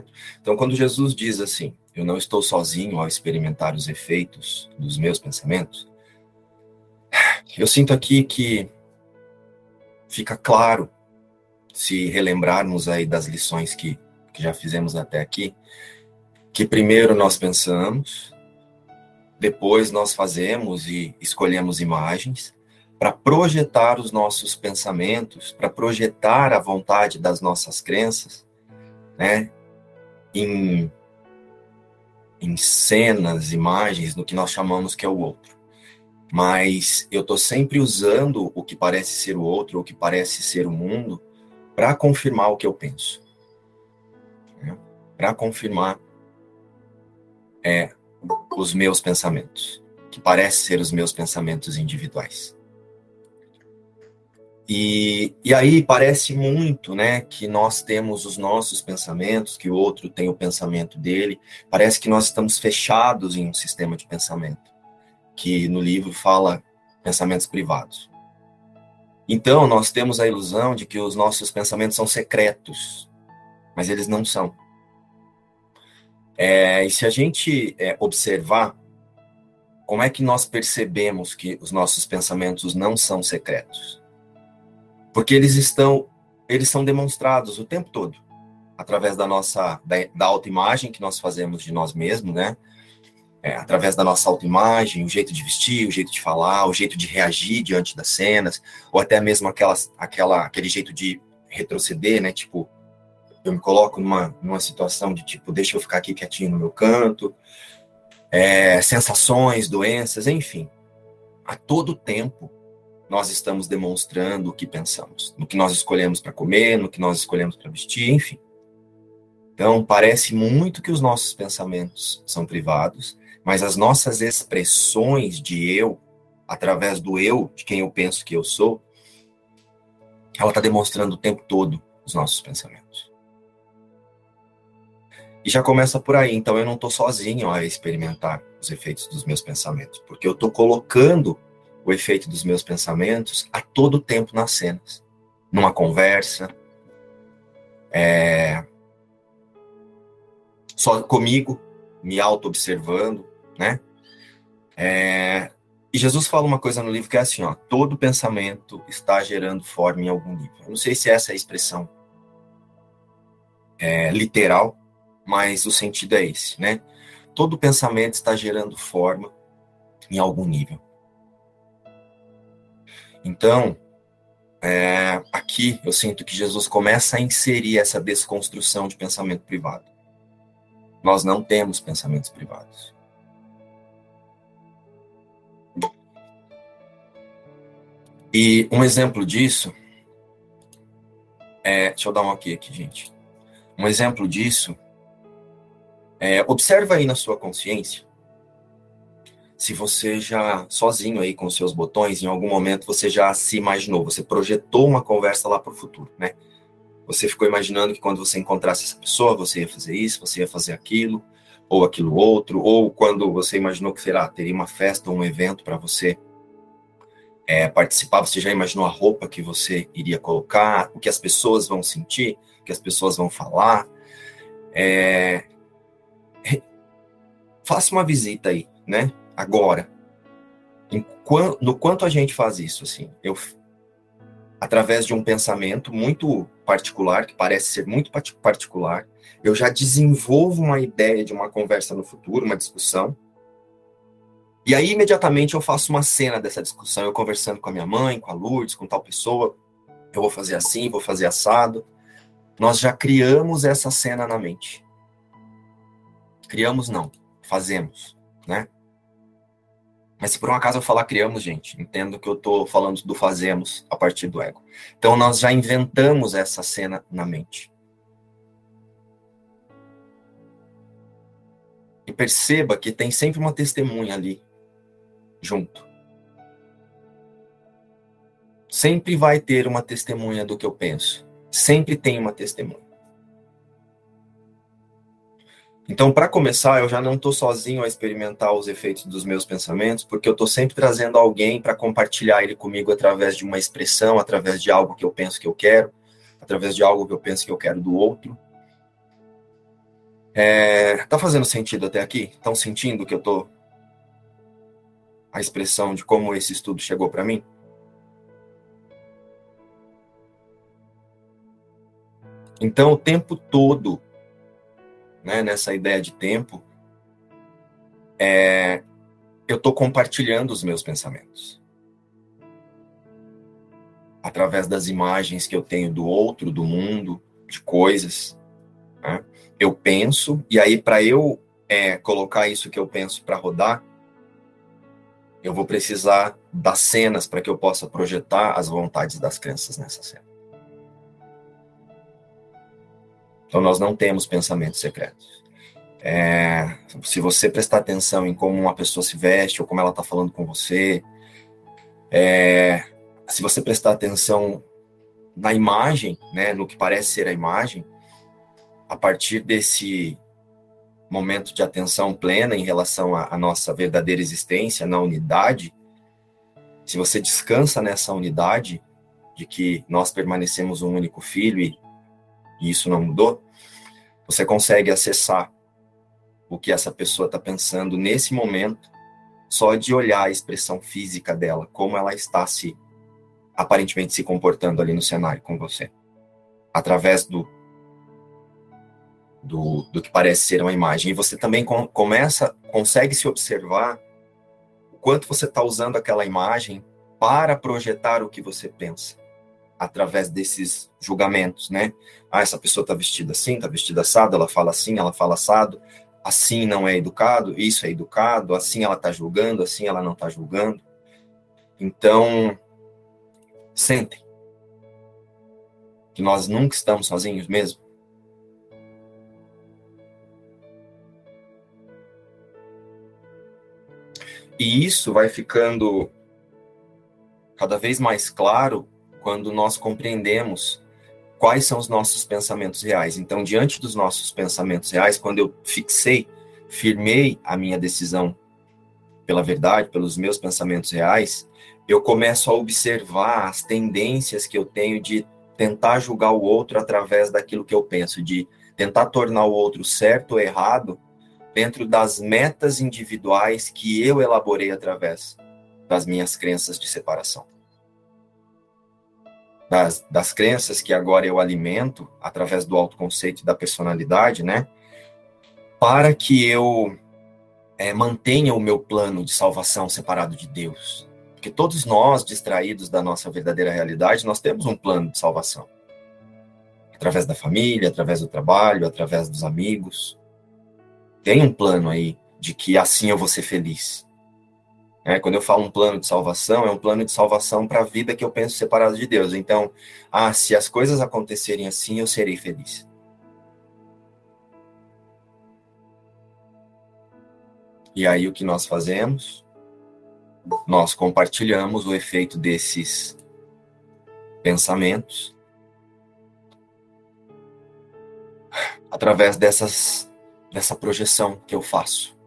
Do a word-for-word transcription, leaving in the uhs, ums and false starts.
Então, quando Jesus diz assim, eu não estou sozinho ao experimentar os efeitos dos meus pensamentos, eu sinto aqui que fica claro, se relembrarmos aí das lições que, que já fizemos até aqui, que primeiro nós pensamos, depois nós fazemos e escolhemos imagens para projetar os nossos pensamentos, para projetar a vontade das nossas crenças, né, em, em cenas, imagens, no que nós chamamos que é o outro. Mas eu estou sempre usando o que parece ser o outro, o que parece ser o mundo, para confirmar o que eu penso. Né? Para confirmar é, os meus pensamentos, que parecem ser os meus pensamentos individuais. E, e aí parece muito, né, que nós temos os nossos pensamentos, que o outro tem o pensamento dele. Parece que nós estamos fechados em um sistema de pensamento, que no livro fala pensamentos privados. Então, nós temos a ilusão de que os nossos pensamentos são secretos, mas eles não são. É, e se a gente é, observar, como é que nós percebemos que os nossos pensamentos não são secretos? Porque eles estão, eles são demonstrados o tempo todo, através da nossa, da, da autoimagem que nós fazemos de nós mesmos, né? É, através da nossa autoimagem, o jeito de vestir, o jeito de falar, o jeito de reagir diante das cenas, ou até mesmo aquelas, aquela, aquele jeito de retroceder, né? Tipo, eu me coloco numa, numa situação de tipo, deixa eu ficar aqui quietinho no meu canto, é, sensações, doenças, enfim. A todo tempo, nós estamos demonstrando o que pensamos, no que nós escolhemos para comer, no que nós escolhemos para vestir, enfim. Então, parece muito que os nossos pensamentos são privados, mas as nossas expressões de eu, através do eu, de quem eu penso que eu sou, ela está demonstrando o tempo todo os nossos pensamentos. E já começa por aí, então eu não estou sozinho a experimentar os efeitos dos meus pensamentos, porque eu estou colocando o efeito dos meus pensamentos a todo tempo nas cenas, numa conversa, é, só comigo, me auto-observando, né? É, e Jesus fala uma coisa no livro que é assim, ó, todo pensamento está gerando forma em algum nível. Eu não sei se essa é a expressão é, literal, mas o sentido é esse, né? Todo pensamento está gerando forma em algum nível. Então, é, aqui eu sinto que Jesus começa a inserir essa desconstrução de pensamento privado. Nós não temos pensamentos privados. E um exemplo disso, é, deixa eu dar um ok aqui, gente. Um exemplo disso, é, observa aí na sua consciência, se você já, sozinho aí com os seus botões, em algum momento você já se imaginou, você projetou uma conversa lá para o futuro, né? Você ficou imaginando que quando você encontrasse essa pessoa, você ia fazer isso, você ia fazer aquilo, ou aquilo outro, ou quando você imaginou que, sei lá, teria uma festa ou um evento para você é, participar, você já imaginou a roupa que você iria colocar, o que as pessoas vão sentir, o que as pessoas vão falar. É... Faça uma visita aí, né? Agora, enquanto, no quanto a gente faz isso, assim, eu, através de um pensamento muito particular, que parece ser muito particular, eu já desenvolvo uma ideia de uma conversa no futuro, uma discussão, e aí imediatamente eu faço uma cena dessa discussão, eu conversando com a minha mãe, com a Lourdes, com tal pessoa, eu vou fazer assim, vou fazer assado. Nós já criamos essa cena na mente. Criamos não, fazemos, né? Mas se por um acaso eu falar criamos, gente, entendo que eu estou falando do fazemos a partir do ego. Então nós já inventamos essa cena na mente. E perceba que tem sempre uma testemunha ali, junto. Sempre vai ter uma testemunha do que eu penso. Sempre tem uma testemunha. Então, para começar, eu já não estou sozinho a experimentar os efeitos dos meus pensamentos, porque eu estou sempre trazendo alguém para compartilhar ele comigo através de uma expressão, através de algo que eu penso que eu quero, através de algo que eu penso que eu quero do outro. É, tá fazendo sentido até aqui? Estão sentindo que eu tô... a expressão de como esse estudo chegou para mim? Então, o tempo todo, né, nessa ideia de tempo, é, eu estou compartilhando os meus pensamentos. Através das imagens que eu tenho do outro, do mundo, de coisas. Né? Eu penso, e aí para eu é, colocar isso que eu penso para rodar, eu vou precisar das cenas para que eu possa projetar as vontades das crianças nessa cena. Então, nós não temos pensamentos secretos. É, se você prestar atenção em como uma pessoa se veste ou como ela está falando com você, é, se você prestar atenção na imagem, né, no que parece ser a imagem, a partir desse momento de atenção plena em relação à, à nossa verdadeira existência, na unidade, se você descansa nessa unidade de que nós permanecemos um único filho e, e isso não mudou, você consegue acessar o que essa pessoa está pensando nesse momento, só de olhar a expressão física dela, como ela está se, aparentemente se comportando ali no cenário com você. Através do, do, do que parece ser uma imagem. E você também com, começa, consegue se observar o quanto você está usando aquela imagem para projetar o que você pensa. Através desses julgamentos, né? Ah, essa pessoa está vestida assim, está vestida assado, ela fala assim, ela fala assado, assim não é educado, isso é educado, assim ela está julgando, assim ela não está julgando. Então, sentem que nós nunca estamos sozinhos mesmo. E isso vai ficando cada vez mais claro quando nós compreendemos quais são os nossos pensamentos reais. Então, diante dos nossos pensamentos reais, quando eu fixei, firmei a minha decisão pela verdade, pelos meus pensamentos reais, eu começo a observar as tendências que eu tenho de tentar julgar o outro através daquilo que eu penso, de tentar tornar o outro certo ou errado dentro das metas individuais que eu elaborei através das minhas crenças de separação. Das, das crenças que agora eu alimento através do autoconceito e da personalidade, né? Para que eu é, mantenha o meu plano de salvação separado de Deus. Porque todos nós, distraídos da nossa verdadeira realidade, nós temos um plano de salvação. Através da família, através do trabalho, através dos amigos. Tem um plano aí de que assim eu vou ser feliz. É, quando eu falo um plano de salvação, é um plano de salvação para a vida que eu penso separado de Deus. Então, ah, se as coisas acontecerem assim, eu serei feliz. E aí o que nós fazemos? Nós compartilhamos o efeito desses pensamentos através dessas, dessa projeção que eu faço.